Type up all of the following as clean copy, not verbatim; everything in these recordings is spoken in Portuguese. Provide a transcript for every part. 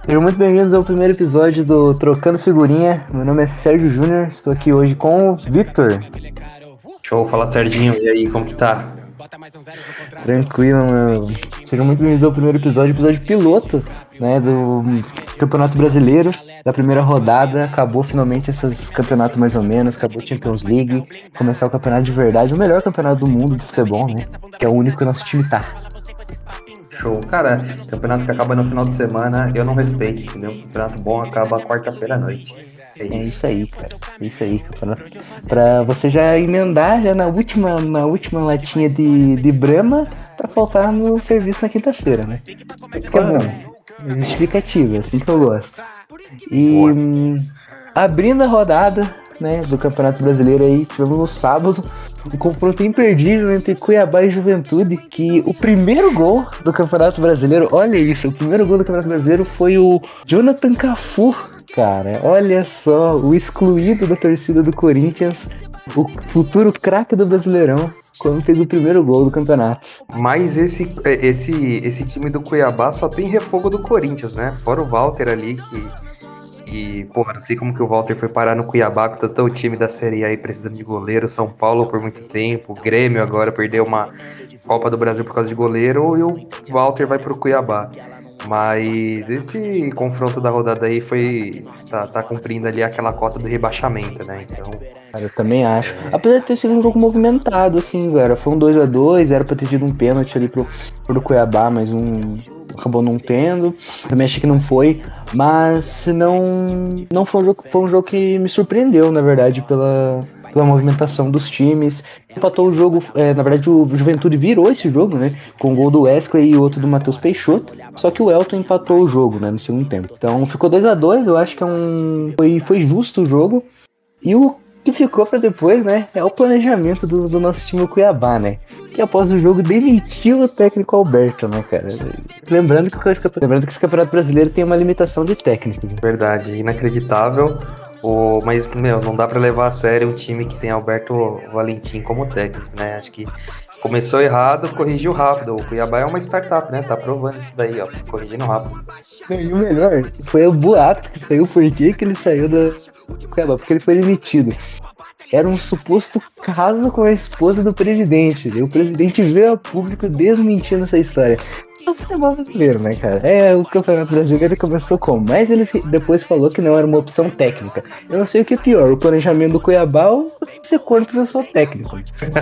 Sejam muito bem-vindos ao primeiro episódio do Trocando Figurinha. Meu nome é Sérgio Júnior, estou aqui hoje com o Victor. Show, fala Serginho, e aí, como que tá? Tranquilo, meu. Sejam muito bem-vindos ao primeiro episódio piloto, né, do Campeonato Brasileiro, da primeira rodada. Acabou finalmente esses campeonatos mais ou menos, acabou a Champions League, começar o campeonato de verdade, o melhor campeonato do mundo de futebol, né, que é o único que o nosso time tá. Show, cara, campeonato que acaba no final de semana, eu não respeito, entendeu? Campeonato bom acaba quarta-feira à noite. É isso aí, cara. É isso aí, pra você já emendar já na última latinha de Brahma pra faltar no serviço na quinta-feira, né? Isso que é bom. Justificativa, assim que eu gosto. E abrindo a rodada, né, do Campeonato Brasileiro aí, tivemos no sábado um confronto imperdível entre Cuiabá e Juventude, que o primeiro gol do Campeonato Brasileiro, olha isso, o primeiro gol do Campeonato Brasileiro foi o Jonathan Cafu, cara, olha só, o excluído da torcida do Corinthians, o futuro craque do Brasileirão, quando fez o primeiro gol do campeonato. Mas esse time do Cuiabá só tem refogo do Corinthians, né? Fora o Walter ali, porra, não sei como que o Walter foi parar no Cuiabá, com todo o time da Série A aí precisando de goleiro, São Paulo por muito tempo, o Grêmio agora perdeu uma Copa do Brasil por causa de goleiro, e o Walter vai pro Cuiabá. Mas esse confronto da rodada aí tá cumprindo ali aquela cota do rebaixamento, né? Então, Cara, eu também acho. Apesar de ter sido um jogo movimentado, assim, galera. Foi um 2-2, era pra ter tido um pênalti ali pro Cuiabá, mas acabou não tendo. Também achei que não foi. Mas não foi um jogo que me surpreendeu, na verdade, pela movimentação dos times. Empatou o jogo, na verdade o Juventude virou esse jogo, né? Com o gol do Wesley e outro do Matheus Peixoto. Só que o Elton empatou o jogo, né? No segundo tempo. Então ficou 2-2, eu acho que foi justo o jogo. E o que ficou pra depois, né, é o planejamento do nosso time Cuiabá, né, que após o jogo demitiu o técnico Alberto, né, cara. Lembrando que esse Campeonato Brasileiro tem uma limitação de técnicos, né? verdade, inacreditável. Mas, meu, não dá pra levar a sério um time que tem Alberto Valentim como técnico, né? Acho que começou errado, corrigiu rápido. O Cuiabá é uma startup, né? Tá provando isso daí, ó, corrigindo rápido. E o melhor foi o boato que saiu, por que ele saiu do Cuiabá, porque ele foi demitido. Era um suposto caso com a esposa do presidente. E o presidente veio a público desmentindo essa história. É o futebol brasileiro, né, cara? O Campeonato Brasileiro começou como? Mas ele depois falou que não era uma opção técnica. Eu não sei o que é pior, o planejamento do Cuiabá ou ser contra o seu técnico.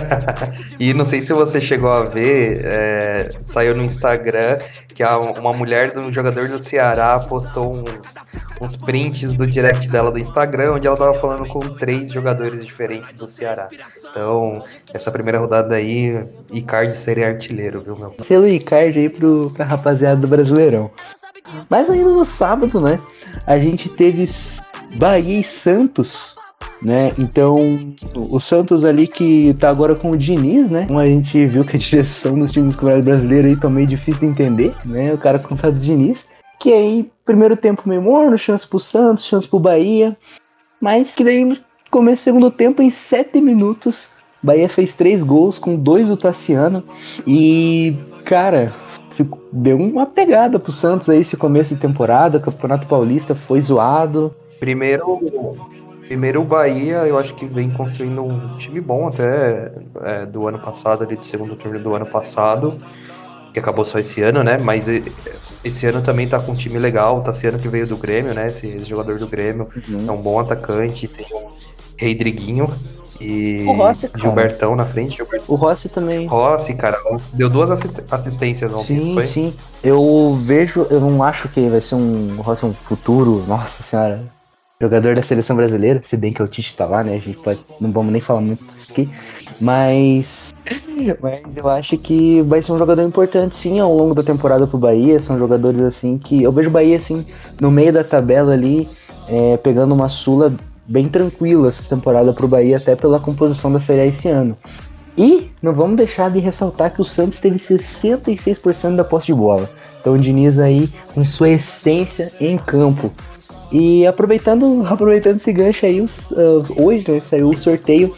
E não sei se você chegou a ver, saiu no Instagram que uma mulher de um jogador do Ceará postou uns prints do direct dela do Instagram, onde ela tava falando com 3 jogadores diferentes do Ceará. Então, essa primeira rodada aí, Icardi seria artilheiro, viu, meu? Selo Icardi aí pra rapaziada do Brasileirão. Mas ainda no sábado, né, a gente teve Bahia e Santos, né? Então, o Santos ali que tá agora com o Diniz, né? Como a gente viu que a direção dos times do Campeonato Brasileiro aí tá meio difícil de entender, né? O cara contrata o Diniz, que aí, primeiro tempo meio morno, chance pro Santos, chance pro Bahia, mas que daí no começo do segundo tempo, em 7 minutos, Bahia fez 3 gols, com 2 do Tassiano, e, cara, deu uma pegada pro Santos aí esse começo de temporada. O Campeonato Paulista foi zoado. Primeiro o Bahia, eu acho que vem construindo um time bom até do ano passado, ali do segundo turno do ano passado, que acabou só esse ano, né? Mas esse ano também tá com um time legal, tá esse ano que veio do Grêmio, né? Esse jogador do Grêmio é um bom atacante, tem o Rodriguinho e o Rossi, cara. Gilbertão na frente. O Rossi também. Rossi, cara, deu 2 assistências ontem, foi? Sim. Eu não acho que vai ser o Rossi um futuro, nossa senhora, jogador da seleção brasileira, se bem que o Tite tá lá, né? A gente não vamos nem falar muito aqui, mas eu acho que vai ser um jogador importante sim ao longo da temporada pro Bahia. São jogadores assim que eu vejo o Bahia assim no meio da tabela ali, pegando uma Sula bem tranquila essa temporada pro Bahia, até pela composição da Série A esse ano. E não vamos deixar de ressaltar que o Santos teve 66% da posse de bola. Então o Diniz aí com sua essência em campo. E aproveitando esse gancho aí, hoje, né, saiu o sorteio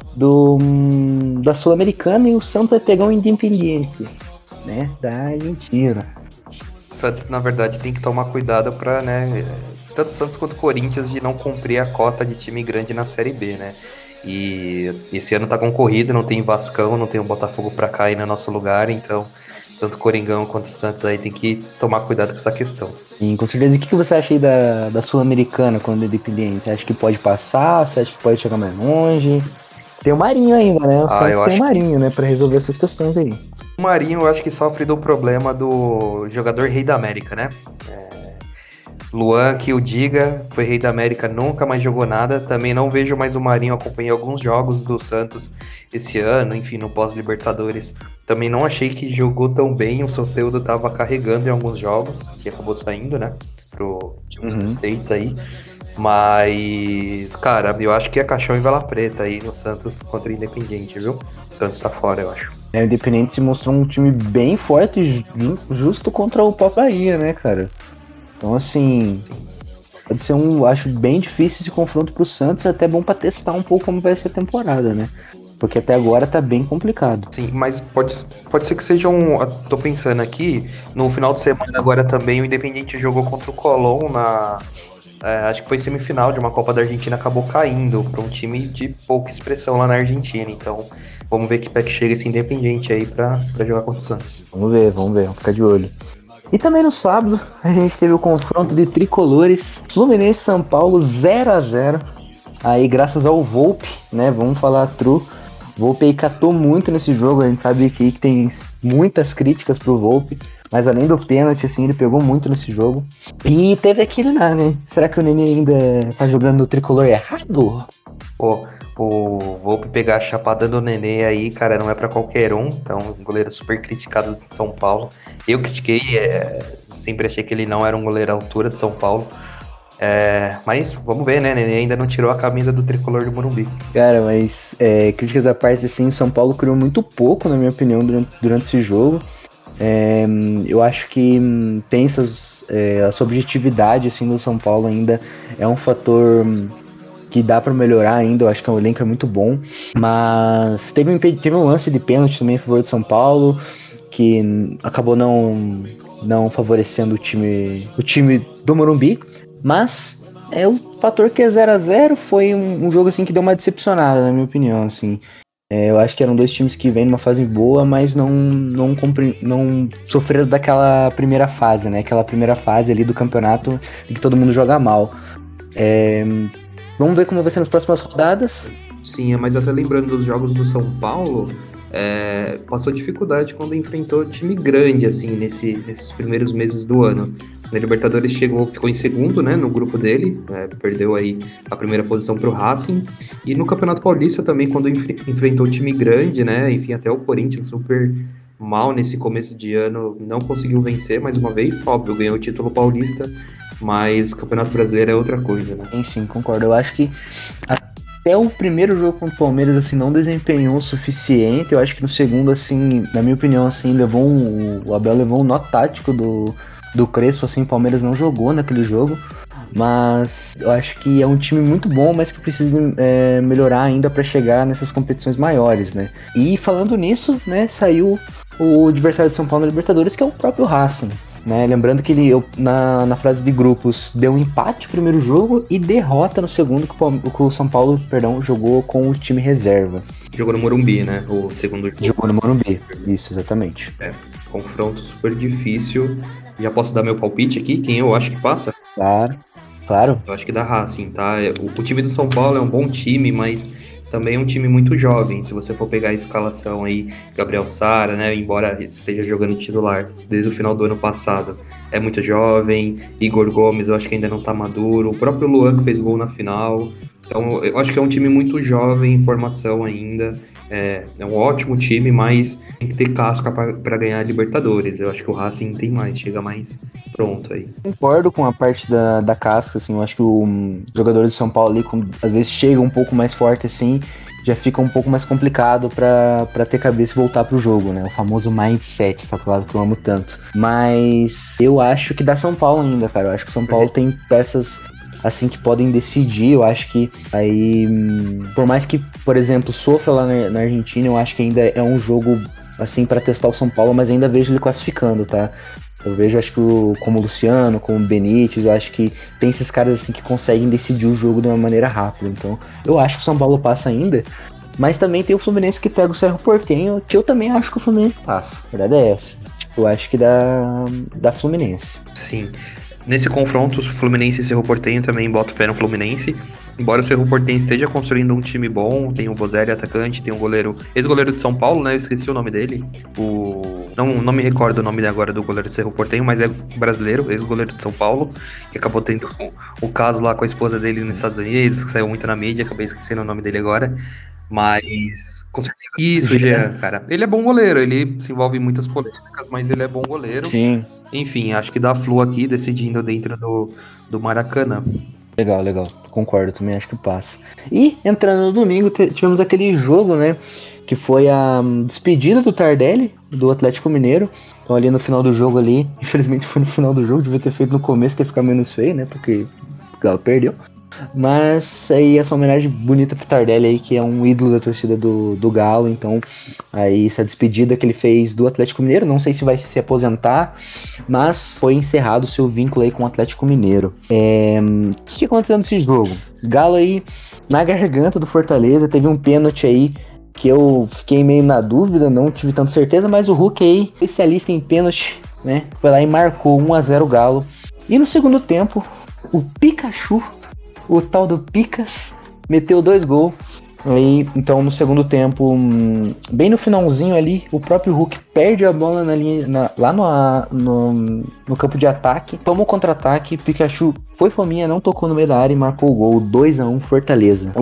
da Sul-Americana e o Santos vai pegar um Independiente, né, da Argentina. Santos, na verdade, tem que tomar cuidado pra, né, tanto o Santos quanto o Corinthians, de não cumprir a cota de time grande na Série B, né? E esse ano tá concorrido, não tem Vascão, não tem o Botafogo pra cair no nosso lugar, então tanto o Coringão quanto o Santos aí tem que tomar cuidado com essa questão. Sim, com certeza. E o que você acha aí da Sul-Americana quando é Independente? Acha que pode passar? Você acha que pode chegar mais longe? Tem o Marinho ainda, né? O Santos eu tem o acho Marinho, né? Pra resolver essas questões aí. O Marinho, eu acho que sofre do problema do jogador rei da América, né? Luan, que o diga, foi rei da América, nunca mais jogou nada. Também não vejo mais o Marinho, acompanhei alguns jogos do Santos esse ano, enfim, no pós-Libertadores. Também não achei que jogou tão bem, o Soteldo tava carregando em alguns jogos, que acabou saindo, né, pro time dos States aí. Mas, cara, eu acho que é caixão e vela preta aí no Santos contra o Independiente, viu? O Santos tá fora, eu acho. O Independiente se mostrou um time bem forte, justo contra o Bahia, né, cara? Então, assim, pode ser acho bem difícil esse confronto pro Santos, até bom pra testar um pouco como vai ser a temporada, né? Porque até agora tá bem complicado. Sim, mas pode ser que seja tô pensando aqui, no final de semana agora também o Independiente jogou contra o Colón acho que foi semifinal de uma Copa da Argentina, acabou caindo para um time de pouca expressão lá na Argentina, então vamos ver que pé que chega esse Independiente aí pra jogar contra o Santos. Vamos ver, vamos ficar de olho. E também no sábado, a gente teve o confronto de tricolores, Fluminense e São Paulo 0-0. Aí graças ao Volpi, né, vamos falar true, o Volpi aí catou muito nesse jogo, a gente sabe que tem muitas críticas pro Volpi, mas além do pênalti, assim, ele pegou muito nesse jogo. E teve aquele lá, né, será que o Nenê ainda tá jogando no tricolor errado? Pô, o Volpi pegar a chapada do Nenê aí, cara, não é pra qualquer um. Então, um goleiro super criticado de São Paulo. Eu critiquei, sempre achei que ele não era um goleiro à altura de São Paulo. Mas vamos ver, né? Nenê ainda não tirou a camisa do tricolor do Morumbi. Cara, mas críticas à parte, assim, o São Paulo criou muito pouco, na minha opinião, durante esse jogo. Eu acho que tem essa objetividade, assim, do São Paulo ainda é um fator que dá pra melhorar ainda. Eu acho que o elenco é muito bom, mas teve um lance de pênalti também em favor de São Paulo, que acabou não favorecendo o time do Morumbi, mas o fator que é 0-0 foi um jogo assim que deu uma decepcionada, na minha opinião, assim. Eu acho que eram dois times que vêm numa fase boa, mas não sofreram daquela primeira fase, né? Aquela primeira fase ali do campeonato em que todo mundo joga mal. Vamos ver como vai ser nas próximas rodadas. Sim, mas até lembrando dos jogos do São Paulo, passou dificuldade quando enfrentou time grande, assim, nesses primeiros meses do ano. Na Libertadores ficou em segundo, né, no grupo dele, perdeu aí a primeira posição para o Racing. E no Campeonato Paulista também, quando enfrentou time grande, né, enfim, até o Corinthians super mal nesse começo de ano, não conseguiu vencer mais uma vez, óbvio, ganhou o título paulista, mas Campeonato Brasileiro é outra coisa, né? Sim, concordo. Eu acho que até o primeiro jogo contra o Palmeiras, assim, não desempenhou o suficiente. Eu acho que no segundo, assim, na minha opinião, assim, o Abel levou um nó tático do Crespo, assim, o Palmeiras não jogou naquele jogo. Mas eu acho que é um time muito bom, mas que precisa melhorar ainda para chegar nessas competições maiores, né? E falando nisso, né, saiu o adversário de São Paulo na Libertadores, que é o próprio Racing, né? Lembrando que ele, na fase de grupos, deu um empate no primeiro jogo e derrota no segundo, que o São Paulo, jogou com o time reserva. Jogou no Morumbi, né? O segundo jogo. Jogou no Morumbi, isso, exatamente. Confronto super difícil. Já posso dar meu palpite aqui? Quem eu acho que passa? Claro. Eu acho que dá Racing, tá? O time do São Paulo é um bom time, mas também é um time muito jovem. Se você for pegar a escalação aí, Gabriel Sara, né? Embora esteja jogando titular desde o final do ano passado, é muito jovem. Igor Gomes, eu acho que ainda não tá maduro. O próprio Luan, que fez gol na final. Então, eu acho que é um time muito jovem, em formação ainda. É um ótimo time, mas tem que ter casca para ganhar a Libertadores. Eu acho que o Racing tem mais, chega mais pronto aí. Concordo com a parte da casca, assim. Eu acho que os jogadores de São Paulo ali, às vezes chegam um pouco mais forte, assim, já fica um pouco mais complicado para ter cabeça e voltar pro jogo, né? O famoso mindset, essa palavra que eu amo tanto. Mas eu acho que dá São Paulo ainda, cara. Eu acho que o São Paulo tem peças assim que podem decidir. Eu acho que aí, por mais que, por exemplo, sofra lá na Argentina, eu acho que ainda é um jogo assim para testar o São Paulo, mas ainda vejo ele classificando, tá? Eu vejo, acho que como o Luciano, como o Benítez, eu acho que tem esses caras assim que conseguem decidir o jogo de uma maneira rápida. Então, eu acho que o São Paulo passa ainda, mas também tem o Fluminense que pega o Cerro Porteño, que eu também acho que o Fluminense passa. A verdade é essa. Tipo, eu acho que dá Fluminense. Sim. Nesse confronto, Fluminense e Cerro Porteño também boto fé no Fluminense. Embora o Cerro Porteño esteja construindo um time bom, tem o Bozelli atacante, tem um goleiro, ex-goleiro de São Paulo, né? Eu esqueci o nome dele. Não me recordo o nome agora do goleiro do Cerro Porteño, mas é brasileiro, ex-goleiro de São Paulo, que acabou tendo o caso lá com a esposa dele nos Estados Unidos, que saiu muito na mídia, acabei esquecendo o nome dele agora. Mas, com certeza. Isso, Jean, cara. Ele é bom goleiro, ele se envolve em muitas polêmicas, mas ele é bom goleiro. Sim. Enfim, acho que dá Flu aqui, decidindo dentro do Maracanã. Legal. Concordo, também acho que passa. E, entrando no domingo, tivemos aquele jogo, né? Que foi a despedida do Tardelli, do Atlético Mineiro. Então, ali no final do jogo ali, infelizmente foi no final do jogo, devia ter feito no começo, que ia ficar menos feio, né? Porque o Galo perdeu. Mas aí essa homenagem bonita pro Tardelli aí, que é um ídolo da torcida do Galo. Então aí essa despedida que ele fez do Atlético Mineiro, não sei se vai se aposentar, mas foi encerrado o seu vínculo aí com o Atlético Mineiro. O que aconteceu nesse jogo? Galo aí na garganta do Fortaleza, teve um pênalti aí que eu fiquei meio na dúvida, não tive tanta certeza, mas o Hulk aí, especialista em pênalti, né, foi lá e marcou 1-0 o Galo. E no segundo tempo, o Pikachu, o tal do Picas, meteu 2 gols. Aí, então, no segundo tempo, bem no finalzinho ali, o próprio Hulk perde a bola na linha, lá no campo de ataque, toma o contra-ataque, Pikachu foi fominha, não tocou no meio da área e marcou o gol. 2-1 Fortaleza.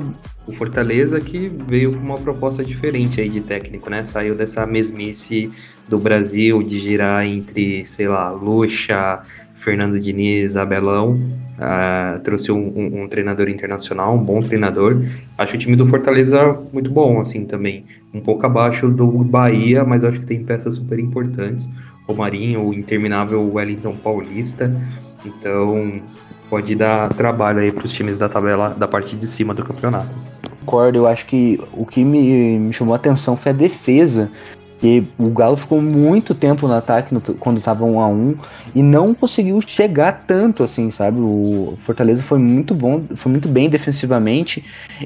O Fortaleza que veio com uma proposta diferente aí de técnico, né? Saiu dessa mesmice do Brasil de girar entre, sei lá, Lucha, Fernando Diniz, Abelão. Trouxe um treinador internacional, um bom treinador. Acho o time do Fortaleza muito bom, assim, também. Um pouco abaixo do Bahia, mas acho que tem peças super importantes. O Marinho, o interminável Wellington Paulista. Então, pode dar trabalho aí para os times da tabela, da parte de cima do campeonato. Concordo, eu acho que o que me chamou a atenção foi a defesa. E o Galo ficou muito tempo no ataque quando estava 1-1 e não conseguiu chegar tanto assim, sabe? O Fortaleza foi muito bom, foi muito bem defensivamente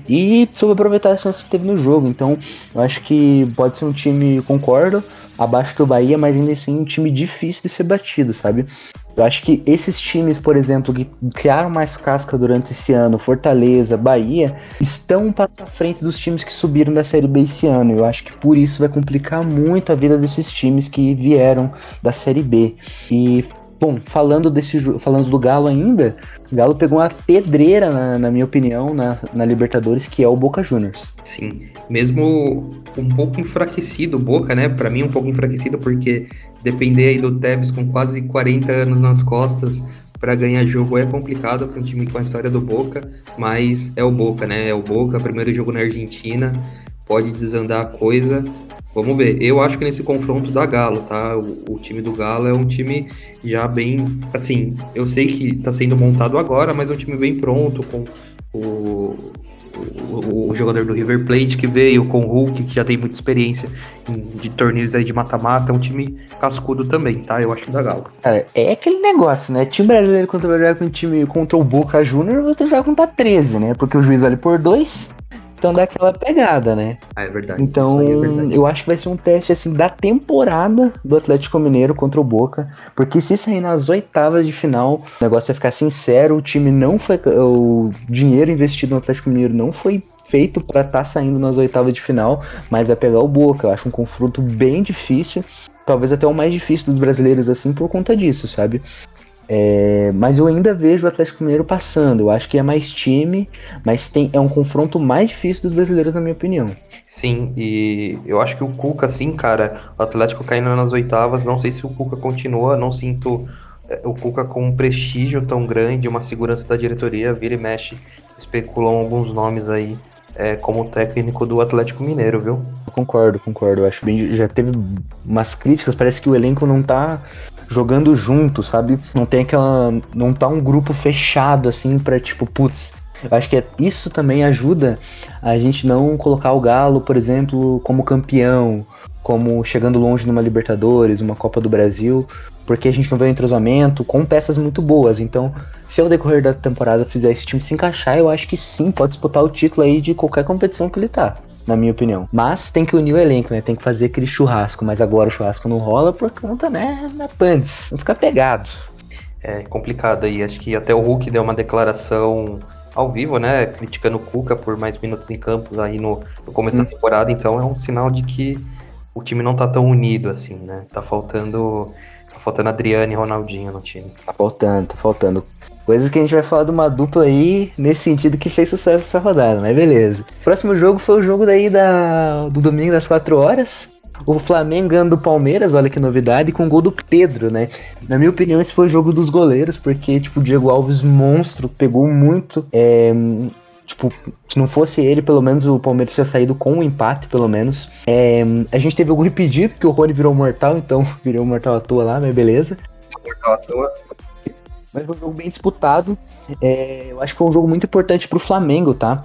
e soube aproveitar as chances que teve no jogo. Então, eu acho que pode ser um time, concordo, abaixo do Bahia, mas ainda assim um time difícil de ser batido, sabe? Eu acho que esses times, por exemplo, que criaram mais casca durante esse ano, Fortaleza, Bahia, estão um passo à frente dos times que subiram da Série B esse ano. Eu acho que por isso vai complicar muito a vida desses times que vieram da Série B. E, bom, falando do Galo ainda, o Galo pegou uma pedreira, na minha opinião, na Libertadores, que é o Boca Juniors. Sim, mesmo um pouco enfraquecido o Boca, né? Pra mim um pouco enfraquecido, porque depender aí do Tevez com quase 40 anos nas costas para ganhar jogo é complicado para um time com a história do Boca, mas é o Boca, né? É o Boca, primeiro jogo na Argentina, pode desandar a coisa. Vamos ver. Eu acho que nesse confronto dá Galo, tá? O time do Galo é um time já bem... Assim, eu sei que tá sendo montado agora, mas é um time bem pronto, com o jogador do River Plate que veio, com o Hulk, que já tem muita experiência de torneios aí de mata-mata, é um time cascudo também, tá? Eu acho que dá Galo. Cara, é aquele negócio, né? Time brasileiro quando vai jogar com um time contra o Boca Juniors, você já contar 13, né? Porque o juiz olha por 2, então dá aquela pegada, né? É verdade. Então, eu acho que vai ser um teste, assim, da temporada do Atlético Mineiro contra o Boca, porque se sair nas oitavas de final, o negócio vai ficar sincero, o time não foi... O dinheiro investido no Atlético Mineiro não foi feito para estar saindo nas oitavas de final, mas vai pegar o Boca. Eu acho um confronto bem difícil, talvez até o mais difícil dos brasileiros, assim, por conta disso, sabe? Mas eu ainda vejo o Atlético Mineiro passando. Eu acho que é mais time, mas é um confronto mais difícil dos brasileiros, na minha opinião. Sim, e eu acho que o Cuca, assim, cara, o Atlético caindo nas oitavas, não sei se o Cuca continua, não sinto o Cuca com um prestígio tão grande, uma segurança da diretoria, vira e mexe, especulam alguns nomes aí como técnico do Atlético Mineiro, viu? Concordo. Eu acho bem. Já teve umas críticas, parece que o elenco não tá jogando junto, sabe? Não tá um grupo fechado, assim, pra tipo, putz, Eu acho que isso também ajuda a gente não colocar o Galo, por exemplo, como campeão, como chegando longe numa Libertadores, uma Copa do Brasil, porque a gente não vê um entrosamento com peças muito boas. Então, se ao decorrer da temporada fizer esse time se encaixar, eu acho que sim, pode disputar o título aí de qualquer competição que ele tá, na minha opinião. Mas tem que unir o elenco, né? Tem que fazer aquele churrasco, mas agora o churrasco não rola por conta, né, da Pandes. Vai ficar pegado. É complicado aí, acho que até o Hulk deu uma declaração ao vivo, né, criticando o Cuca por mais minutos em campo aí no começo da temporada, então é um sinal de que o time não tá tão unido assim, né, tá faltando Adriano e Ronaldinho no time. Tá faltando. Coisas que a gente vai falar de uma dupla aí, nesse sentido, que fez sucesso essa rodada, mas beleza. O próximo jogo foi o jogo daí do domingo das 4 horas. O Flamengo ganhando do Palmeiras, olha que novidade, com o gol do Pedro, né? Na minha opinião, esse foi o jogo dos goleiros, porque, tipo, o Diego Alves, monstro, pegou muito. Tipo, se não fosse ele, pelo menos o Palmeiras tinha saído com um empate, pelo menos. A gente teve algum impedido, que o Rony virou mortal, então virou mortal à toa lá, mas beleza. Mortal à toa. Mas foi um jogo bem disputado. Eu acho que foi um jogo muito importante pro Flamengo, tá?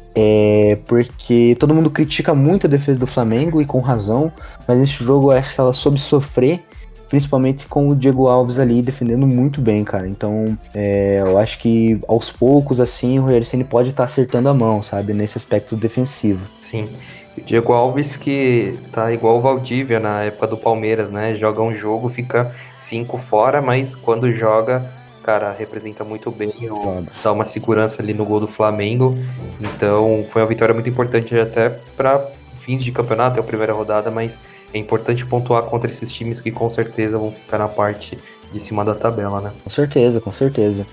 Porque todo mundo critica muito a defesa do Flamengo, e com razão, mas esse jogo eu acho que ela soube sofrer, principalmente com o Diego Alves ali defendendo muito bem, cara. Então eu acho que aos poucos, assim, o Rogério Ceni pode estar acertando a mão, sabe, nesse aspecto defensivo. Sim, o Diego Alves que tá igual o Valdívia na época do Palmeiras, né, joga um jogo, fica 5 fora, mas quando joga, cara, representa muito bem, dá uma segurança ali no gol do Flamengo. Então foi uma vitória muito importante até para fins de campeonato, é a primeira rodada, mas é importante pontuar contra esses times que com certeza vão ficar na parte de cima da tabela, né? Com certeza.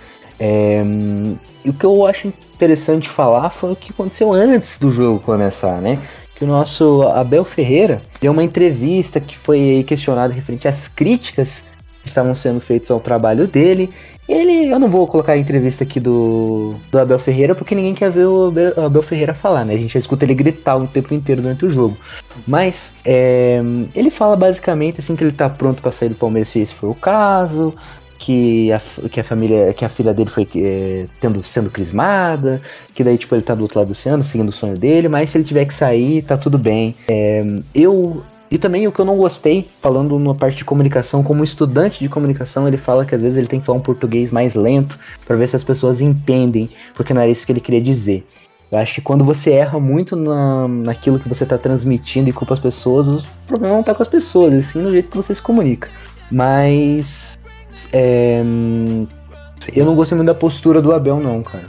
E o que eu acho interessante falar foi o que aconteceu antes do jogo começar, né? Que o nosso Abel Ferreira deu uma entrevista que foi questionado referente às críticas que estavam sendo feitas ao trabalho dele. Eu não vou colocar a entrevista aqui do Abel Ferreira, porque ninguém quer ver o Abel Ferreira falar, né? A gente já escuta ele gritar o tempo inteiro durante o jogo. Mas ele fala basicamente assim que ele tá pronto para sair do Palmeiras se esse for o caso, que a filha dele foi sendo crismada, que daí tipo ele tá do outro lado do oceano, seguindo o sonho dele, mas se ele tiver que sair, tá tudo bem. E também o que eu não gostei, falando na parte de comunicação, como estudante de comunicação, ele fala que às vezes ele tem que falar um português mais lento para ver se as pessoas entendem, porque não era isso que ele queria dizer. Eu acho que quando você erra muito naquilo que você está transmitindo e culpa as pessoas, o problema não está com as pessoas, assim, no jeito que você se comunica. Mas eu não gostei muito da postura do Abel, não, cara.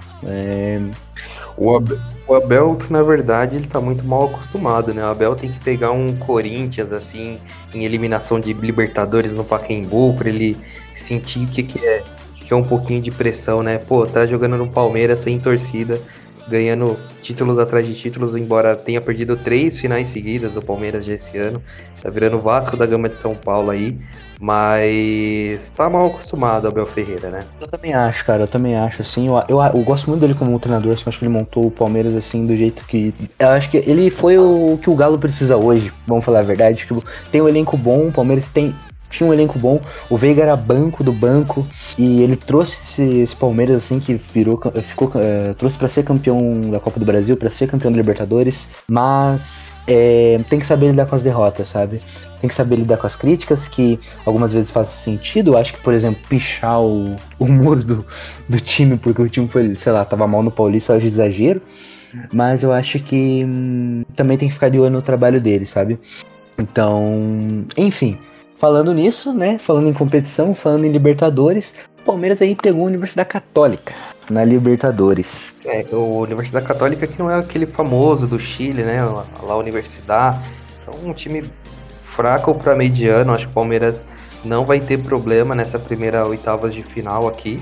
O Abel, na verdade, ele tá muito mal acostumado, né? O Abel tem que pegar um Corinthians, assim, em eliminação de Libertadores no Pacaembu, pra ele sentir o que é um pouquinho de pressão, né? Pô, tá jogando no Palmeiras sem torcida, ganhando títulos atrás de títulos, embora tenha perdido 3 finais seguidas do Palmeiras já esse ano. Tá virando o Vasco da Gama de São Paulo aí, mas tá mal acostumado, Abel Ferreira, né? Eu também acho, cara, assim, eu gosto muito dele como treinador, assim, acho que ele montou o Palmeiras, assim, do jeito que... Eu acho que ele foi o que o Galo precisa hoje, vamos falar a verdade, tipo, tem um elenco bom, o Palmeiras tinha um elenco bom, o Veiga era banco do banco, e ele trouxe esse Palmeiras, assim, que trouxe pra ser campeão da Copa do Brasil, pra ser campeão da Libertadores, mas tem que saber lidar com as derrotas, sabe? Tem que saber lidar com as críticas, que algumas vezes faz sentido. Eu acho que, por exemplo, pichar o muro do time, porque o time foi, sei lá, tava mal no Paulista, eu acho exagero, mas eu acho que também tem que ficar de olho no trabalho dele, sabe? Então, enfim... Falando nisso, né? Falando em competição, falando em Libertadores, o Palmeiras aí pegou a Universidade Católica na Libertadores. O Universidade Católica que não é aquele famoso do Chile, né? Lá a Universidade. Então, um time fraco para mediano. Acho que o Palmeiras não vai ter problema nessa primeira oitavas de final aqui.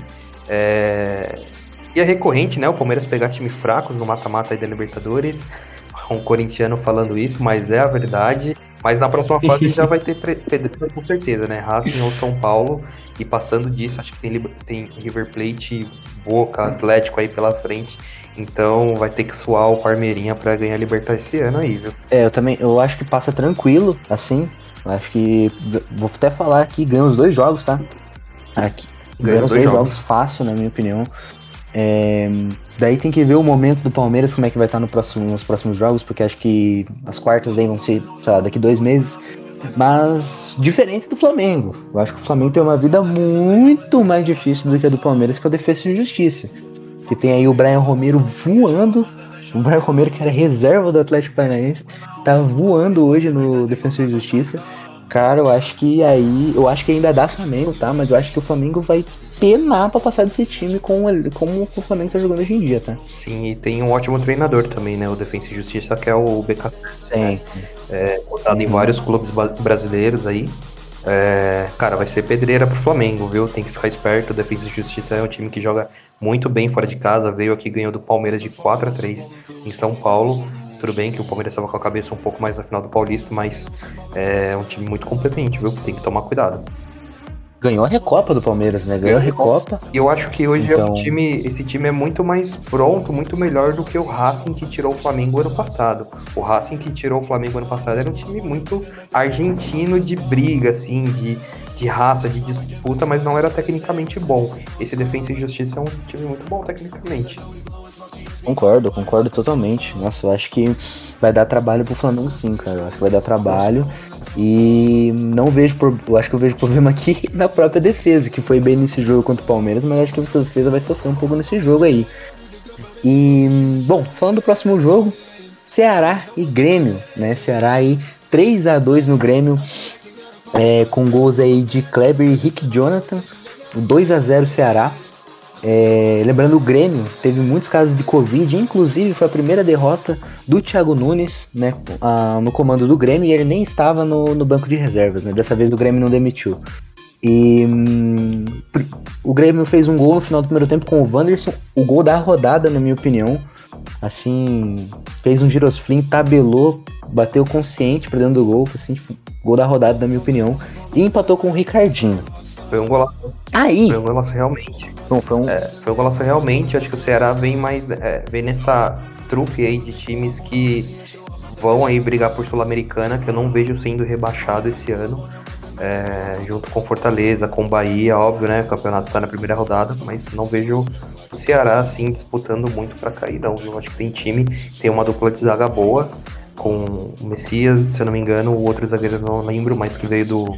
E é recorrente, né? O Palmeiras pegar time fracos no mata-mata aí da Libertadores. Um corintiano falando isso, mas é a verdade. Mas na próxima fase já vai ter com certeza, né? Racing ou São Paulo. E passando disso, acho que tem River Plate, Boca, Atlético aí pela frente. Então vai ter que suar o Palmeirinha pra ganhar a Libertadores esse ano aí, viu? Eu acho que passa tranquilo, assim. Acho que, vou até falar aqui, ganha os 2 jogos, tá? Ganha os dois jogos fácil, na minha opinião. Daí tem que ver o momento do Palmeiras, como é que vai estar nos próximos jogos, porque acho que as quartas daí vão ser, sei lá, daqui 2 meses. Mas diferente do Flamengo. Eu acho que o Flamengo tem uma vida muito mais difícil do que a do Palmeiras, que é o Defesa e Justiça. Que tem aí o Brian Romero voando. O Brian Romero, que era reserva do Atlético Paranaense, tá voando hoje no Defesa e Justiça. Cara, eu acho que ainda dá Flamengo, tá? Mas eu acho que o Flamengo vai penar pra passar desse time como o Flamengo tá jogando hoje em dia, tá? Sim, e tem um ótimo treinador também, né? O Defensa e Justiça, que é o BK. Sim. Cotado em vários clubes brasileiros aí. Cara, vai ser pedreira pro Flamengo, viu? Tem que ficar esperto. O Defensa e Justiça é um time que joga muito bem fora de casa. Veio aqui, ganhou do Palmeiras de 4-3 em São Paulo. Tudo bem que o Palmeiras estava com a cabeça um pouco mais na final do Paulista, mas é um time muito competente, viu? Tem que tomar cuidado. Ganhou a Recopa do Palmeiras, né? Ganhou a Recopa. Eu acho que hoje esse time é muito mais pronto, muito melhor do que o Racing que tirou o Flamengo ano passado. O Racing que tirou o Flamengo ano passado era um time muito argentino de briga, assim, de raça, de disputa, mas não era tecnicamente bom. Esse Defensa e Justiça é um time muito bom tecnicamente. Concordo totalmente. Nossa, eu acho que vai dar trabalho pro Flamengo sim, cara. Eu acho que vai dar trabalho. E não vejo eu acho que eu vejo problema aqui na própria defesa, que foi bem nesse jogo contra o Palmeiras, mas acho que a defesa vai sofrer um pouco nesse jogo aí. E, bom, falando do próximo jogo, Ceará e Grêmio, né? Ceará aí 3-2 no Grêmio, com gols aí de Kleber e Rick Jonathan, 2-0 Ceará. Lembrando, o Grêmio teve muitos casos de Covid, inclusive foi a primeira derrota do Thiago Nunes, né, no comando do Grêmio, e ele nem estava no banco de reservas, né, dessa vez o Grêmio não demitiu. E o Grêmio fez um gol no final do primeiro tempo com o Wanderson, o gol da rodada, na minha opinião. Assim, fez um girosflim, tabelou, bateu consciente pra dentro do gol, assim, tipo, gol da rodada, na minha opinião, e empatou com o Ricardinho. Foi um golaço. Aí, foi um golaço realmente. Foi um golaço realmente. Acho que o Ceará vem nessa trupe aí de times que vão aí brigar por Sul-Americana, que eu não vejo sendo rebaixado esse ano. Junto com Fortaleza, com Bahia, óbvio, né? O campeonato tá na primeira rodada, mas não vejo o Ceará assim disputando muito pra cair, não. Eu acho que tem time, tem uma dupla de zaga boa, com o Messias, se eu não me engano, o outro zagueiro eu não lembro, mas que veio do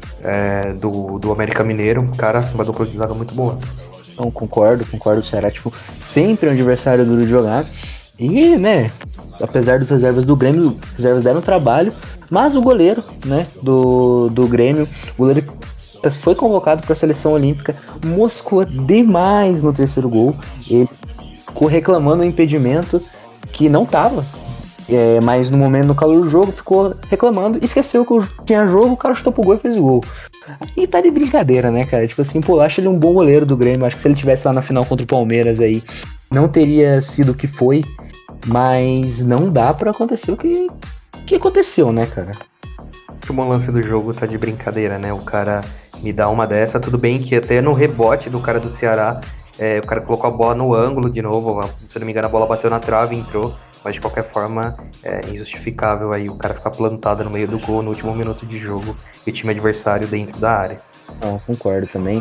América Mineiro. Cara, uma dupla de zaga muito boa. Então, concordo, o Ceará, tipo, sempre é um adversário duro de jogar. E, né, apesar das reservas do Grêmio, as reservas deram trabalho, mas o goleiro, né, do Grêmio, o goleiro foi convocado para a seleção olímpica, moscou demais no terceiro gol. Ele ficou reclamando o impedimento que não tava, mas no momento, no calor do jogo, ficou reclamando, esqueceu que tinha jogo, o cara chutou pro gol e fez o gol. E tá de brincadeira, né, cara? Tipo assim, pô, eu acho ele um bom goleiro do Grêmio. Acho que se ele tivesse lá na final contra o Palmeiras aí, não teria sido o que foi. Mas não dá pra acontecer o que aconteceu, né, cara? O último lance do jogo tá de brincadeira, né? O cara me dá uma dessa. Tudo bem que até no rebote do cara do Ceará, o cara colocou a bola no ângulo de novo. Se não me engano, a bola bateu na trave e entrou. Mas de qualquer forma, é injustificável aí o cara ficar plantado no meio do gol no último minuto de jogo e o time adversário dentro da área. Não, concordo também.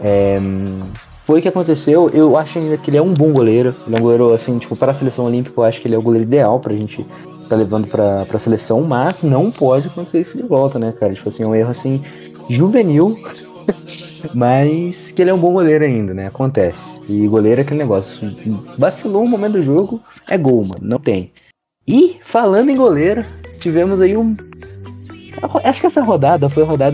Foi o que aconteceu. Eu acho ainda que ele é um bom goleiro. Ele é um goleiro, assim, tipo, para a seleção olímpica, eu acho que ele é o goleiro ideal pra gente tá levando pra seleção, mas não pode acontecer isso de volta, né, cara? Tipo assim, é um erro, assim, juvenil, mas que ele é um bom goleiro ainda, né? Acontece. E goleiro é aquele negócio. Vacilou um momento do jogo, é gol, mano. Não tem. E, falando em goleiro, tivemos aí acho que essa rodada foi a rodada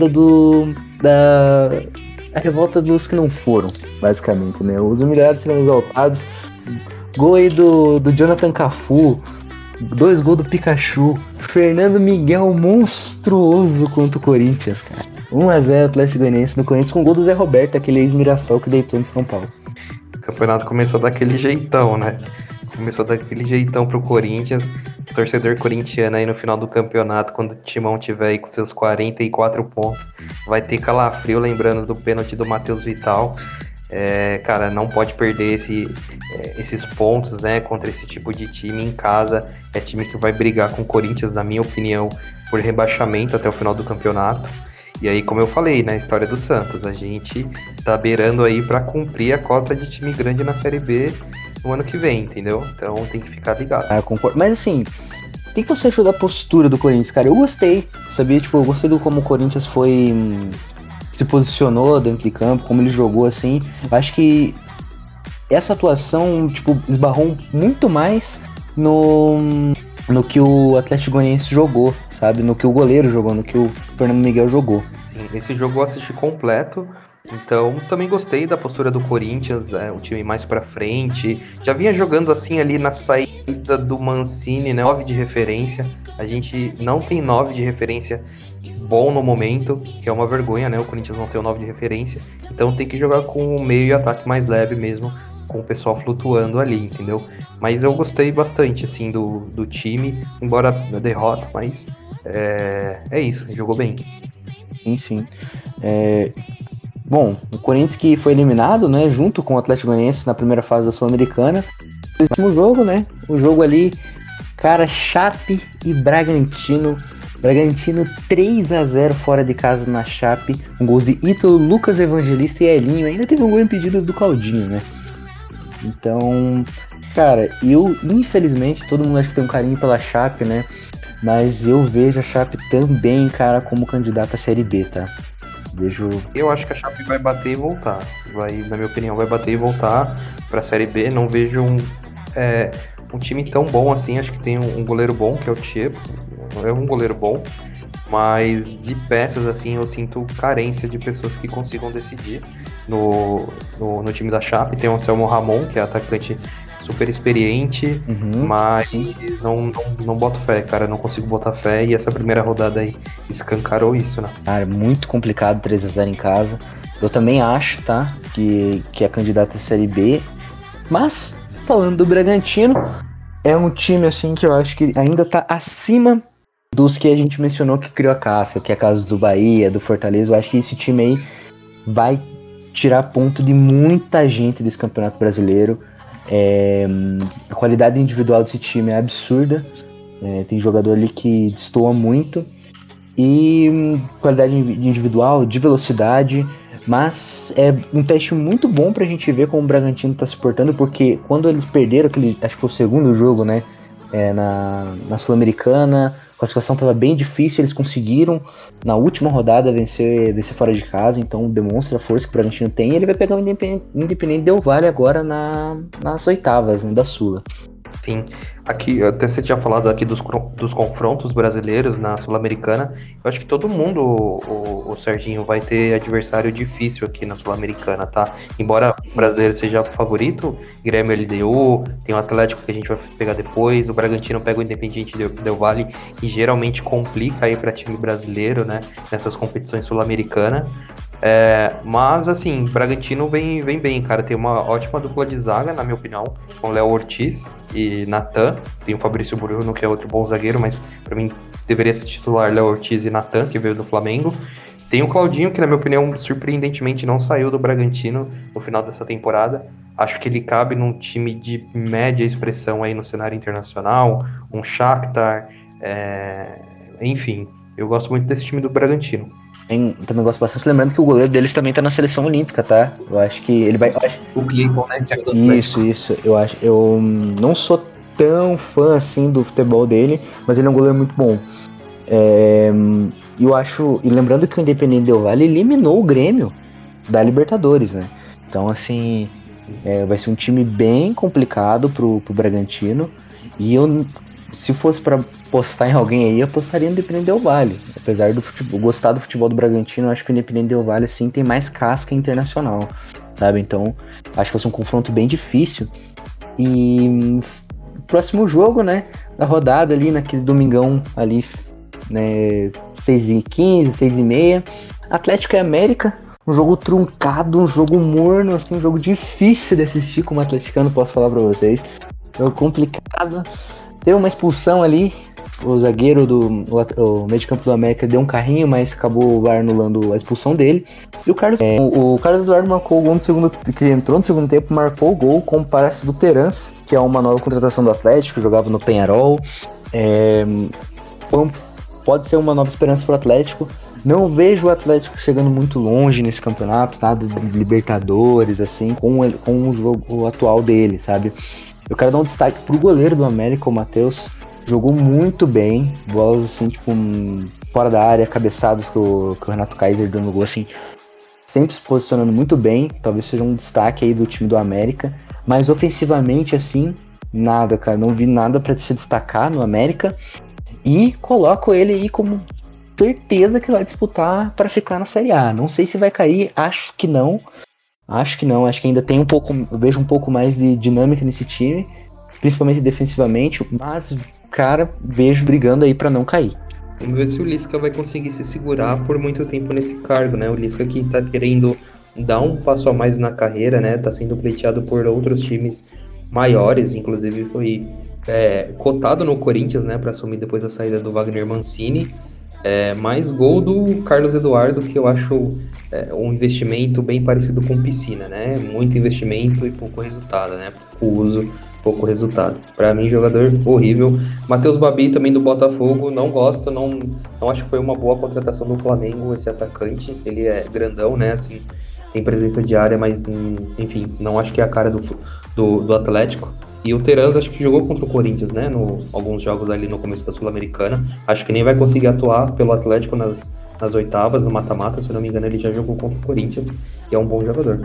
a revolta dos que não foram, basicamente, né? Os humilhados serão exaltados. Gol aí do Jonathan Cafu, 2 gols do Pikachu, Fernando Miguel monstruoso contra o Corinthians, cara. 1-0 Atlético Goianiense no Corinthians com gol do Zé Roberto, aquele ex-Mirassol que deitou em São Paulo. O campeonato começou daquele jeitão, né? Começou daquele jeitão pro Corinthians. O torcedor corintiano aí no final do campeonato, quando o Timão tiver aí com seus 44 pontos, vai ter calafrio, lembrando do pênalti do Matheus Vital. Cara, não pode perder esses pontos, né, contra esse tipo de time em casa. É time que vai brigar com o Corinthians, na minha opinião, por rebaixamento até o final do campeonato. E aí, como eu falei, na história do Santos, a gente tá beirando aí pra cumprir a cota de time grande na Série B no ano que vem, entendeu? Então tem que ficar ligado. Ah, eu concordo. Mas assim, o que você achou da postura do Corinthians, cara? Eu gostei, sabia? Tipo, eu gostei do como o Corinthians foi... se posicionou dentro de campo, como ele jogou, assim. Eu acho que essa atuação, tipo, esbarrou muito mais no que o Atlético Goianiense jogou, sabe? No que o goleiro jogou, no que o Fernando Miguel jogou. Sim, esse jogo eu assisti completo, então também gostei da postura do Corinthians, um time mais pra frente. Já vinha jogando assim ali na saída do Mancini, né? 9 de referência. A gente não tem 9 de referência bom no momento, que é uma vergonha, né? O Corinthians não tem o 9 de referência. Então tem que jogar com o meio e ataque mais leve mesmo, com o pessoal flutuando ali, entendeu? Mas eu gostei bastante, assim, do time, embora a derrota, mas é isso, jogou bem. Sim. Bom, o Corinthians que foi eliminado, né, junto com o Atlético Goianiense na primeira fase da Sul-Americana. O último jogo, né, o jogo ali, cara, Chape e Bragantino. Bragantino 3-0 fora de casa na Chape, com gols de Ítalo, Lucas Evangelista e Elinho. Ainda teve um gol impedido do Claudinho, né? Então, cara, eu, infelizmente, todo mundo acha que tem um carinho pela Chape, né? Mas eu vejo a Chape também, cara, como candidata à Série B, tá? Eu acho que a Chape vai bater e voltar. Na minha opinião, vai bater e voltar pra Série B. Não vejo um time tão bom assim. Acho que tem um goleiro bom, que é o Tchepo. É um goleiro bom. Mas de peças, assim, eu sinto carência de pessoas que consigam decidir no time da Chape. Tem o Anselmo Ramon, que é atacante super experiente, mas não boto fé, cara. Não consigo botar fé. E essa primeira rodada aí escancarou isso, né? Cara, muito complicado 3-0 em casa. Eu também acho, tá? Que é candidata à Série B. Mas, falando do Bragantino, é um time, assim, que eu acho que ainda tá acima dos que a gente mencionou que criou a casca, que é a casa do Bahia, do Fortaleza. Eu acho que esse time aí vai tirar ponto de muita gente desse Campeonato Brasileiro. A qualidade individual desse time é absurda. Tem jogador ali que destoa muito. E qualidade individual, de velocidade. Mas é um teste muito bom pra gente ver como o Bragantino tá se portando, porque quando eles perderam acho que foi o segundo jogo, né? Na Sul-Americana, a classificação estava bem difícil, eles conseguiram na última rodada vencer fora de casa, então demonstra a força que o Bragantino tem, e ele vai pegar o Independente Del Valle agora nas oitavas, né, da Sula. Sim, aqui até você tinha falado aqui dos confrontos brasileiros na Sul-Americana. Eu acho que todo mundo, o Serginho, vai ter adversário difícil aqui na Sul-Americana, tá? Embora o brasileiro seja o favorito, Grêmio LDU, tem o Atlético que a gente vai pegar depois, o Bragantino pega o Independiente Del Valle e geralmente complica aí para time brasileiro, né? Nessas competições sul-americanas. Mas assim, Bragantino vem bem, cara. Tem uma ótima dupla de zaga, na minha opinião, com Léo Ortiz e Natan. Tem o Fabrício Bruno, que é outro bom zagueiro, mas pra mim deveria ser titular Léo Ortiz e Natan, que veio do Flamengo. Tem o Claudinho, que na minha opinião, surpreendentemente não saiu do Bragantino no final dessa temporada. Acho que ele cabe num time de média expressão aí no cenário internacional, um Shakhtar, enfim. Eu gosto muito desse time do Bragantino. Também gosto bastante, lembrando que o goleiro deles também tá na seleção olímpica, tá? Eu acho que ele vai... O Clinton, né? Isso. Eu não sou tão fã, assim, do futebol dele, mas ele é um goleiro muito bom. Eu acho... E lembrando que o Independiente Del Valle eliminou o Grêmio da Libertadores, né? Então, assim... vai ser um time bem complicado pro Bragantino. E eu... Se fosse pra apostar em alguém aí, eu apostaria no Independente Del Valle. Apesar do gostar do futebol do Bragantino, eu acho que o Independente Del Valle, assim, tem mais casca internacional, sabe? Então, acho que vai ser um confronto bem difícil. E próximo jogo, né, da rodada ali, naquele domingão ali, né, 6h15, 6h30, Atlético e América, um jogo truncado, um jogo morno, assim, um jogo difícil de assistir como atleticano, posso falar pra vocês. Jogo complicado. Teve uma expulsão ali, o zagueiro o meio de campo do América deu um carrinho, mas acabou anulando a expulsão dele. E o Carlos Eduardo marcou o gol que entrou no segundo tempo, marcou o gol com o passe do Terence, que é uma nova contratação do Atlético, jogava no Peñarol. Pode ser uma nova esperança pro Atlético. Não vejo o Atlético chegando muito longe nesse campeonato, nada de Libertadores, assim, com o jogo atual dele, sabe? Eu quero dar um destaque pro goleiro do América, o Matheus. Jogou muito bem, bolas assim, tipo, fora da área, cabeçadas que o Renato Kaiser deu no gol, assim, sempre se posicionando muito bem. Talvez seja um destaque aí do time do América. Mas ofensivamente, assim, nada, cara. Não vi nada pra se destacar no América. E coloco ele aí como certeza que vai disputar para ficar na Série A. Não sei se vai cair, acho que não. Acho que ainda tem um pouco, eu vejo um pouco mais de dinâmica nesse time, principalmente defensivamente, mas, cara, vejo brigando aí para não cair. Vamos ver se o Lisca vai conseguir se segurar por muito tempo nesse cargo, né? O Lisca que tá querendo dar um passo a mais na carreira, né? Tá sendo pleiteado por outros times maiores, inclusive foi cotado no Corinthians, né? Para assumir depois da saída do Wagner Mancini. Mais gol do Carlos Eduardo, que eu acho um investimento bem parecido com piscina, né? Muito investimento e pouco resultado, né? Pouco uso, pouco resultado. Para mim, jogador horrível. Matheus Babi, também do Botafogo, não gosto, não acho que foi uma boa contratação do Flamengo, esse atacante. Ele é grandão, né? Assim, tem presença de área, mas, enfim, não acho que é a cara do Atlético. E o Terans acho que jogou contra o Corinthians, né? Alguns jogos ali no começo da Sul-Americana. Acho que nem vai conseguir atuar pelo Atlético nas oitavas, no mata-mata. Se eu não me engano, ele já jogou contra o Corinthians e é um bom jogador.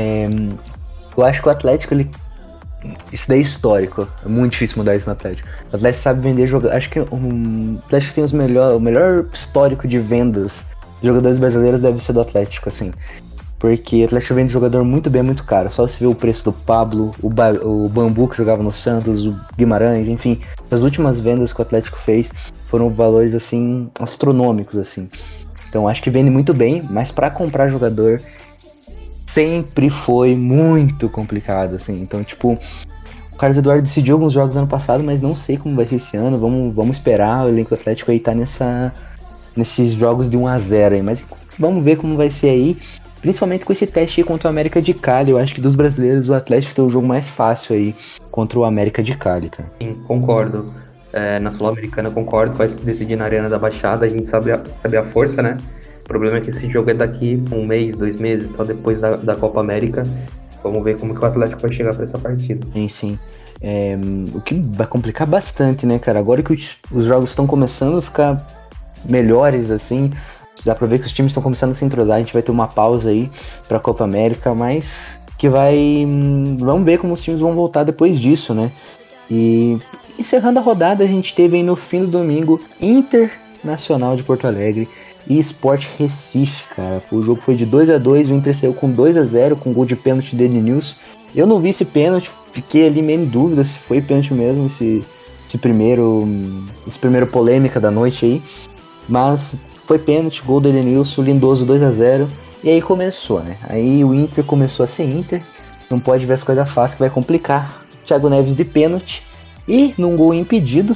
Eu acho que o Atlético, isso daí é histórico. É muito difícil mudar isso no Atlético. O Atlético sabe vender jogadores. Acho que o Atlético tem o melhor histórico de vendas de jogadores brasileiros deve ser do Atlético, assim. Porque o Atlético vende jogador muito bem, muito caro. Só se vê o preço do Pablo, o Bambu que jogava no Santos, o Guimarães, enfim. As últimas vendas que o Atlético fez foram valores, assim, astronômicos, assim. Então acho que vende muito bem, mas para comprar jogador sempre foi muito complicado, assim. Então, tipo, o Carlos Eduardo decidiu alguns jogos ano passado, mas não sei como vai ser esse ano. Vamos esperar, o elenco do Atlético aí tá nesses jogos de 1-0 aí. Mas vamos ver como vai ser aí. Principalmente com esse teste aí contra o América de Cali. Eu acho que dos brasileiros o Atlético tem o jogo mais fácil aí contra o América de Cali, cara. Sim, concordo. Na Sul-Americana concordo, vai se decidir na Arena da Baixada, a gente sabe a força, né? O problema é que esse jogo é daqui 1 mês, 2 meses, só depois da Copa América. Vamos ver como que o Atlético vai chegar para essa partida. Sim. O que vai complicar bastante, né, cara? Agora que os jogos estão começando a ficar melhores, assim, dá pra ver que os times estão começando a se entrosar. A gente vai ter uma pausa aí pra Copa América, mas que vai... Vamos ver como os times vão voltar depois disso, né? E encerrando a rodada, a gente teve aí no fim do domingo Internacional de Porto Alegre e Sport Recife, cara. O jogo foi de 2-2, o Inter saiu com 2-0, com gol de pênalti de Edenilson. Eu não vi esse pênalti, fiquei ali meio em dúvida se foi pênalti mesmo, esse primeiro polêmica da noite aí. Mas foi pênalti, gol do Edenilson, Lindoso 2-0. E aí começou, né? Aí o Inter começou a ser Inter, não pode ver as coisas fáceis que vai complicar. Thiago Neves de pênalti e num gol impedido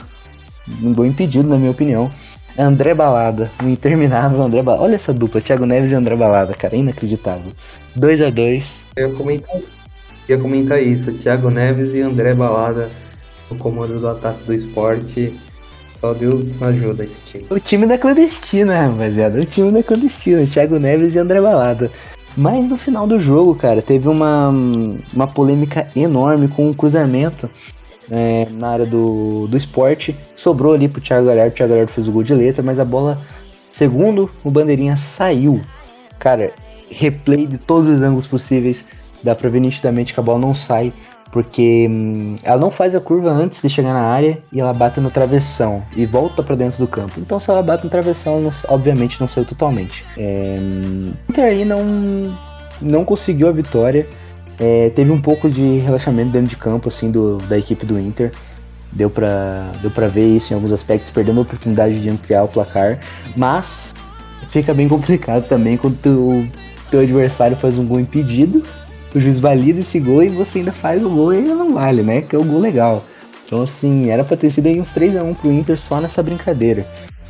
na minha opinião, André Balada, um interminável André Balada. Olha essa dupla, Thiago Neves e André Balada, cara, inacreditável. 2-2. Eu ia comentar isso, Thiago Neves e André Balada no comando do ataque do Sport. Só Deus ajuda esse time. O time da clandestina, rapaziada, o time da clandestina, Thiago Neves e André Balada. Mas no final do jogo, cara, teve uma polêmica enorme com um cruzamento na área do Sport. Sobrou ali pro Thiago Galhardo. O Thiago Galhardo fez o gol de letra, mas a bola, segundo o Bandeirinha, saiu. Cara, replay de todos os ângulos possíveis. Dá pra ver nitidamente que a bola não sai, porque ela não faz a curva antes de chegar na área e ela bate no travessão e volta pra dentro do campo. Então se ela bate no travessão, ela obviamente não saiu totalmente. O Inter aí não conseguiu a vitória. Teve um pouco de relaxamento dentro de campo assim, da equipe do Inter. Deu pra ver isso em alguns aspectos, perdendo a oportunidade de ampliar o placar. Mas fica bem complicado também quando o teu adversário faz um gol impedido, o juiz valida esse gol e você ainda faz o gol e ainda não vale, né? Que é um gol legal. Então, assim, era pra ter sido aí uns 3-1 pro Inter só nessa brincadeira.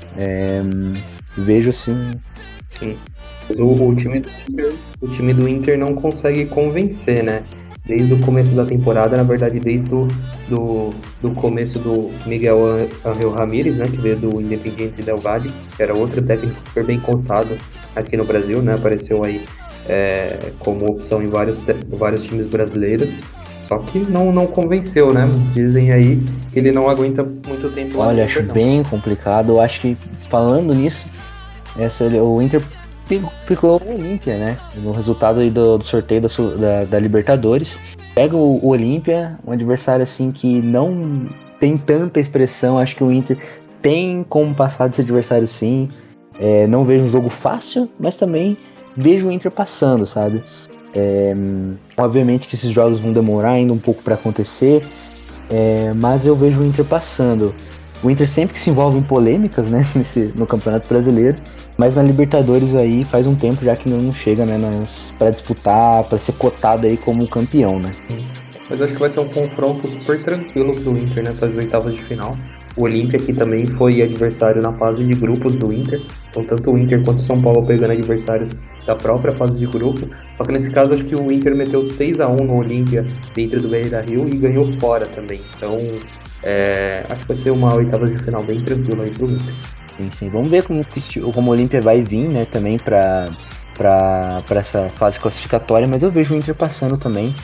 Vejo assim... Sim. O time do Inter não consegue convencer, né? desde o começo da temporada, na verdade, desde do começo do Miguel Ángel Ramírez, né, que veio do Independiente Del Valle, que era outro técnico super bem cotado aqui no Brasil, né, apareceu aí como opção em vários times brasileiros, só que não convenceu, né, dizem aí que ele não aguenta muito tempo. Olha, acho bem complicado, eu acho que, falando nisso, o Inter ficou o Olímpia, né? No resultado aí do sorteio da Libertadores. Pega o Olímpia, um adversário assim que não tem tanta expressão. Acho que o Inter tem como passar desse adversário sim. Não vejo um jogo fácil, mas também vejo o Inter passando, sabe? Obviamente que esses jogos vão demorar ainda um pouco para acontecer, mas eu vejo o Inter passando. O Inter sempre que se envolve em polêmicas, né, no Campeonato Brasileiro, mas na Libertadores aí faz um tempo já que não chega, né, para disputar, para ser cotado aí como campeão, né. Mas acho que vai ser um confronto super tranquilo pro Inter nessas oitavas de final. O Olímpia aqui também foi adversário na fase de grupos do Inter, então tanto o Inter quanto o São Paulo pegando adversários da própria fase de grupo, só que nesse caso acho que o Inter meteu 6-1 no Olímpia dentro do Beira-Rio e ganhou fora também, então acho que vai ser uma oitava de final bem tranquila aí pro Inter. Sim. Vamos ver como o Olímpia vai vir, né, também pra essa fase classificatória, mas eu vejo o Inter passando também.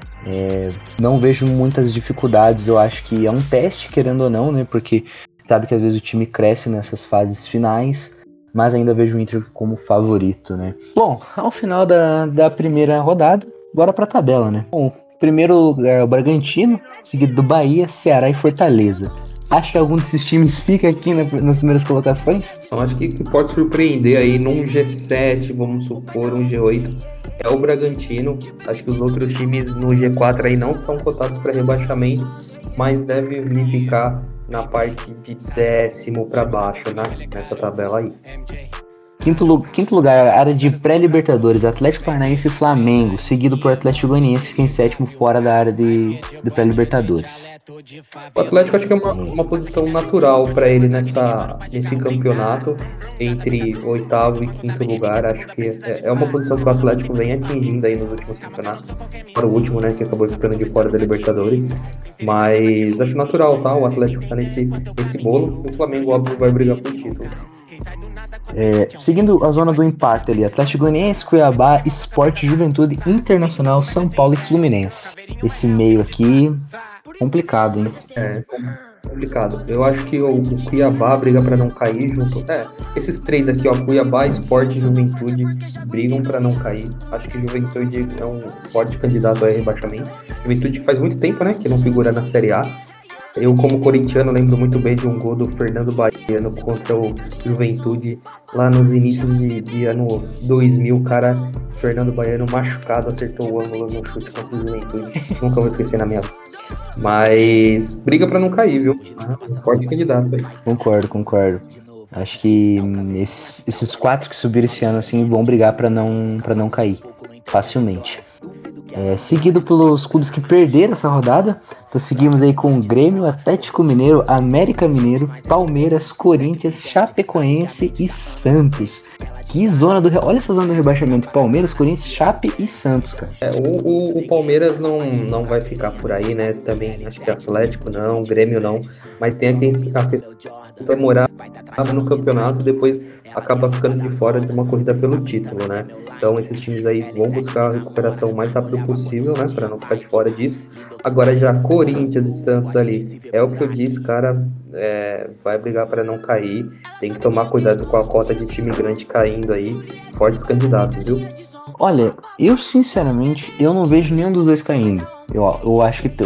Não vejo muitas dificuldades, eu acho que é um teste, querendo ou não, né, porque sabe que às vezes o time cresce nessas fases finais, mas ainda vejo o Inter como favorito, né. Bom, ao final da primeira rodada, bora pra tabela, né. Bom, primeiro lugar é o Bragantino, seguido do Bahia, Ceará e Fortaleza. Acho que algum desses times fica aqui nas primeiras colocações? Eu acho que pode surpreender aí num G7, vamos supor, um G8, é o Bragantino. Acho que os outros times no G4 aí não são cotados para rebaixamento, mas deve ficar na parte de 10º para baixo, né, nessa tabela aí. Quinto lugar, área de pré-Libertadores, Atlético Paranaense e Flamengo, seguido por Atlético Goianiense, que fica em 7º fora da área de pré-Libertadores. O Atlético acho que é uma posição natural para ele nesse campeonato, entre 8º e 5º lugar. Acho que é uma posição que o Atlético vem atingindo aí nos últimos campeonatos, para o último, né, que acabou ficando de fora da Libertadores, mas acho natural, tá? O Atlético tá nesse bolo, o Flamengo óbvio vai brigar por título. Seguindo a zona do empate ali, Atlético Goianiense, Cuiabá, Sport, Juventude, Internacional, São Paulo e Fluminense. Esse meio aqui, complicado, hein? Complicado. Eu acho que o Cuiabá briga para não cair junto. Esses três aqui, ó, Cuiabá, Sport e Juventude brigam para não cair. Acho que Juventude é um forte candidato a rebaixamento. Juventude faz muito tempo, né, que não figura na Série A. Eu, como corintiano, lembro muito bem de um gol do Fernando Baiano contra o Juventude lá nos inícios de ano 2000. Cara, Fernando Baiano machucado, acertou o ângulo no chute contra o Juventude. Nunca vou esquecer na minha vida. Mas briga pra não cair, viu? Forte candidato aí. Concordo. Acho que esses 4 que subiram esse ano assim vão brigar pra não cair facilmente. Seguido pelos clubes que perderam essa rodada, então seguimos aí com Grêmio, Atlético Mineiro, América Mineiro, Palmeiras, Corinthians, Chapecoense e Santos. Que zona olha essa zona do rebaixamento, Palmeiras, Corinthians, Chape e Santos, cara. O Palmeiras não vai ficar por aí, né, também acho que Atlético não, Grêmio não, mas tem a questão demorar no campeonato, depois acaba ficando de fora de uma corrida pelo título, né? Então esses times aí vão buscar a recuperação o mais rápido possível, né, para não ficar de fora disso. Agora já Corinthians e Santos ali, é o que eu disse, cara, vai brigar para não cair, tem que tomar cuidado com a cota de time grande caindo aí, fortes candidatos, viu? Olha, eu sinceramente, eu não vejo nenhum dos dois caindo. Eu acho que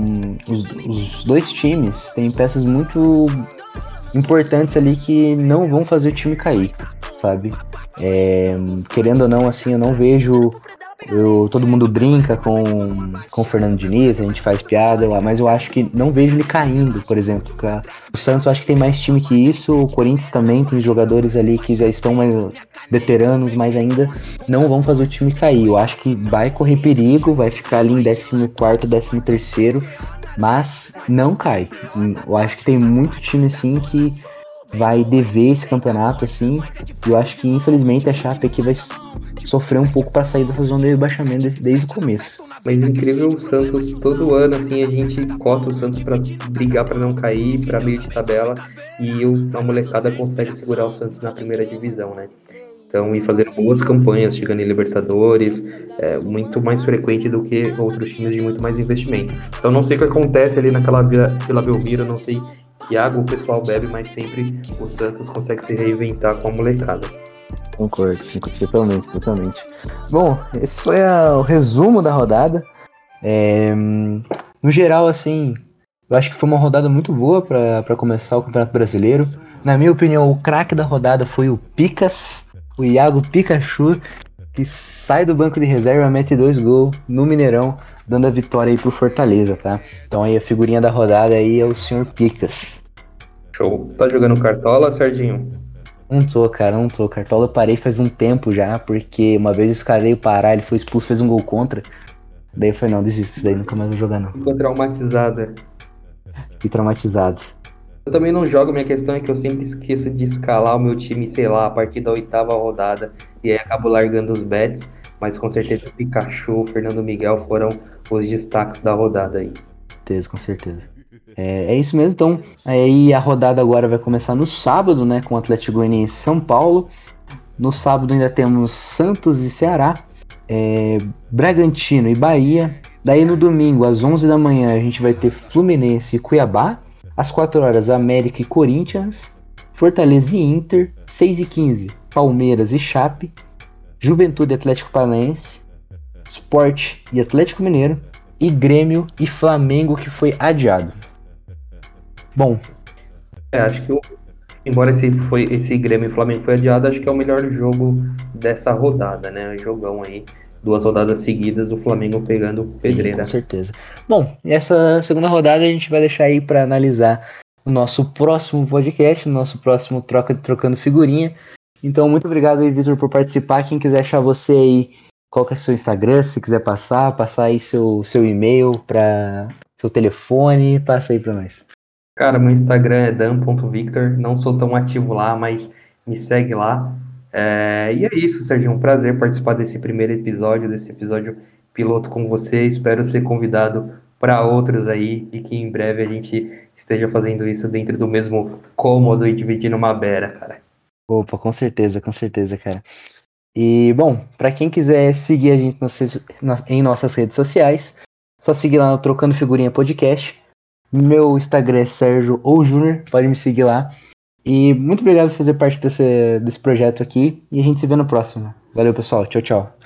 os dois times têm peças muito importantes ali que não vão fazer o time cair, sabe? Querendo ou não, assim, eu não vejo... todo mundo brinca com o Fernando Diniz, a gente faz piada, mas eu acho que não vejo ele caindo, por exemplo. O Santos eu acho que tem mais time que isso, o Corinthians também tem jogadores ali que já estão mais veteranos, mas ainda não vão fazer o time cair. Eu acho que vai correr perigo, vai ficar ali em 14º, 13º, mas não cai. Eu acho que tem muito time assim que vai dever esse campeonato, assim, e eu acho que infelizmente a Chape aqui vai sofrer um pouco para sair dessa zona de rebaixamento desde o começo. Mas incrível o Santos, todo ano, assim, a gente cota o Santos pra brigar pra não cair, pra meio de tabela, e a molecada consegue segurar o Santos na primeira divisão, né? Então, e fazer boas campanhas, chegando em Libertadores, é muito mais frequente do que outros times de muito mais investimento. Então, não sei o que acontece ali naquela Vila Belmiro, não sei que água o pessoal bebe, mas sempre o Santos consegue se reinventar com a molecada. Concordo, totalmente, totalmente. Bom, esse foi o resumo da rodada. No geral, assim, eu acho que foi uma rodada muito boa para começar o Campeonato Brasileiro. Na minha opinião, o craque da rodada foi o Picas, o Iago Pikachu, que sai do banco de reserva, mete 2 gols no Mineirão, dando a vitória aí pro Fortaleza, tá? Então aí a figurinha da rodada aí é o Sr. Picas. Show. Tá jogando cartola, Serginho? Não tô, cara, não tô. Cartola eu parei faz um tempo já, porque uma vez eu escalei o Pará, ele foi expulso, fez um gol contra. Daí eu falei, não, desisto, isso daí nunca mais vou jogar não. Ficou traumatizada. Fiquei traumatizado. Eu também não jogo, minha questão é que eu sempre esqueço de escalar o meu time, sei lá, a partir da 8ª rodada, e aí acabo largando os bets, mas com certeza o Pikachu, o Fernando Miguel foram os destaques da rodada aí. Com certeza. É isso mesmo, então aí a rodada agora vai começar no sábado, né, com o Atlético Goianiense e São Paulo. No sábado ainda temos Santos e Ceará, Bragantino e Bahia. Daí no domingo, às 11 da manhã, a gente vai ter Fluminense e Cuiabá. Às 4 horas, América e Corinthians. Fortaleza e Inter. 6h15, Palmeiras e Chape. Juventude e Atlético Paranaense. Sport e Atlético Mineiro. E Grêmio e Flamengo, que foi adiado. Bom, Acho que embora esse Grêmio e Flamengo foi adiado, acho que é o melhor jogo dessa rodada, né? Jogão aí, 2 rodadas seguidas, o Flamengo pegando sim, pedreira. com certeza. Bom, essa segunda rodada a gente vai deixar aí para analisar o nosso próximo podcast, o nosso próximo Trocando Figurinha. Então, muito obrigado aí, Vitor, por participar. Quem quiser achar você aí, qual que é o seu Instagram, se quiser passar aí seu e-mail, para seu telefone, passa aí para nós. Cara, meu Instagram é dan.victor, não sou tão ativo lá, mas me segue lá. E é isso, Serginho, um prazer participar desse primeiro episódio, desse episódio piloto com você. Espero ser convidado para outros aí e que em breve a gente esteja fazendo isso dentro do mesmo cômodo e dividindo uma beira, cara. Opa, com certeza, cara. E, bom, para quem quiser seguir a gente em nossas redes sociais, só seguir lá no Trocando Figurinha Podcast. Meu Instagram é Sérgio ou Júnior, pode me seguir lá. E muito obrigado por fazer parte desse projeto aqui. E a gente se vê no próximo. Valeu, pessoal. Tchau, tchau.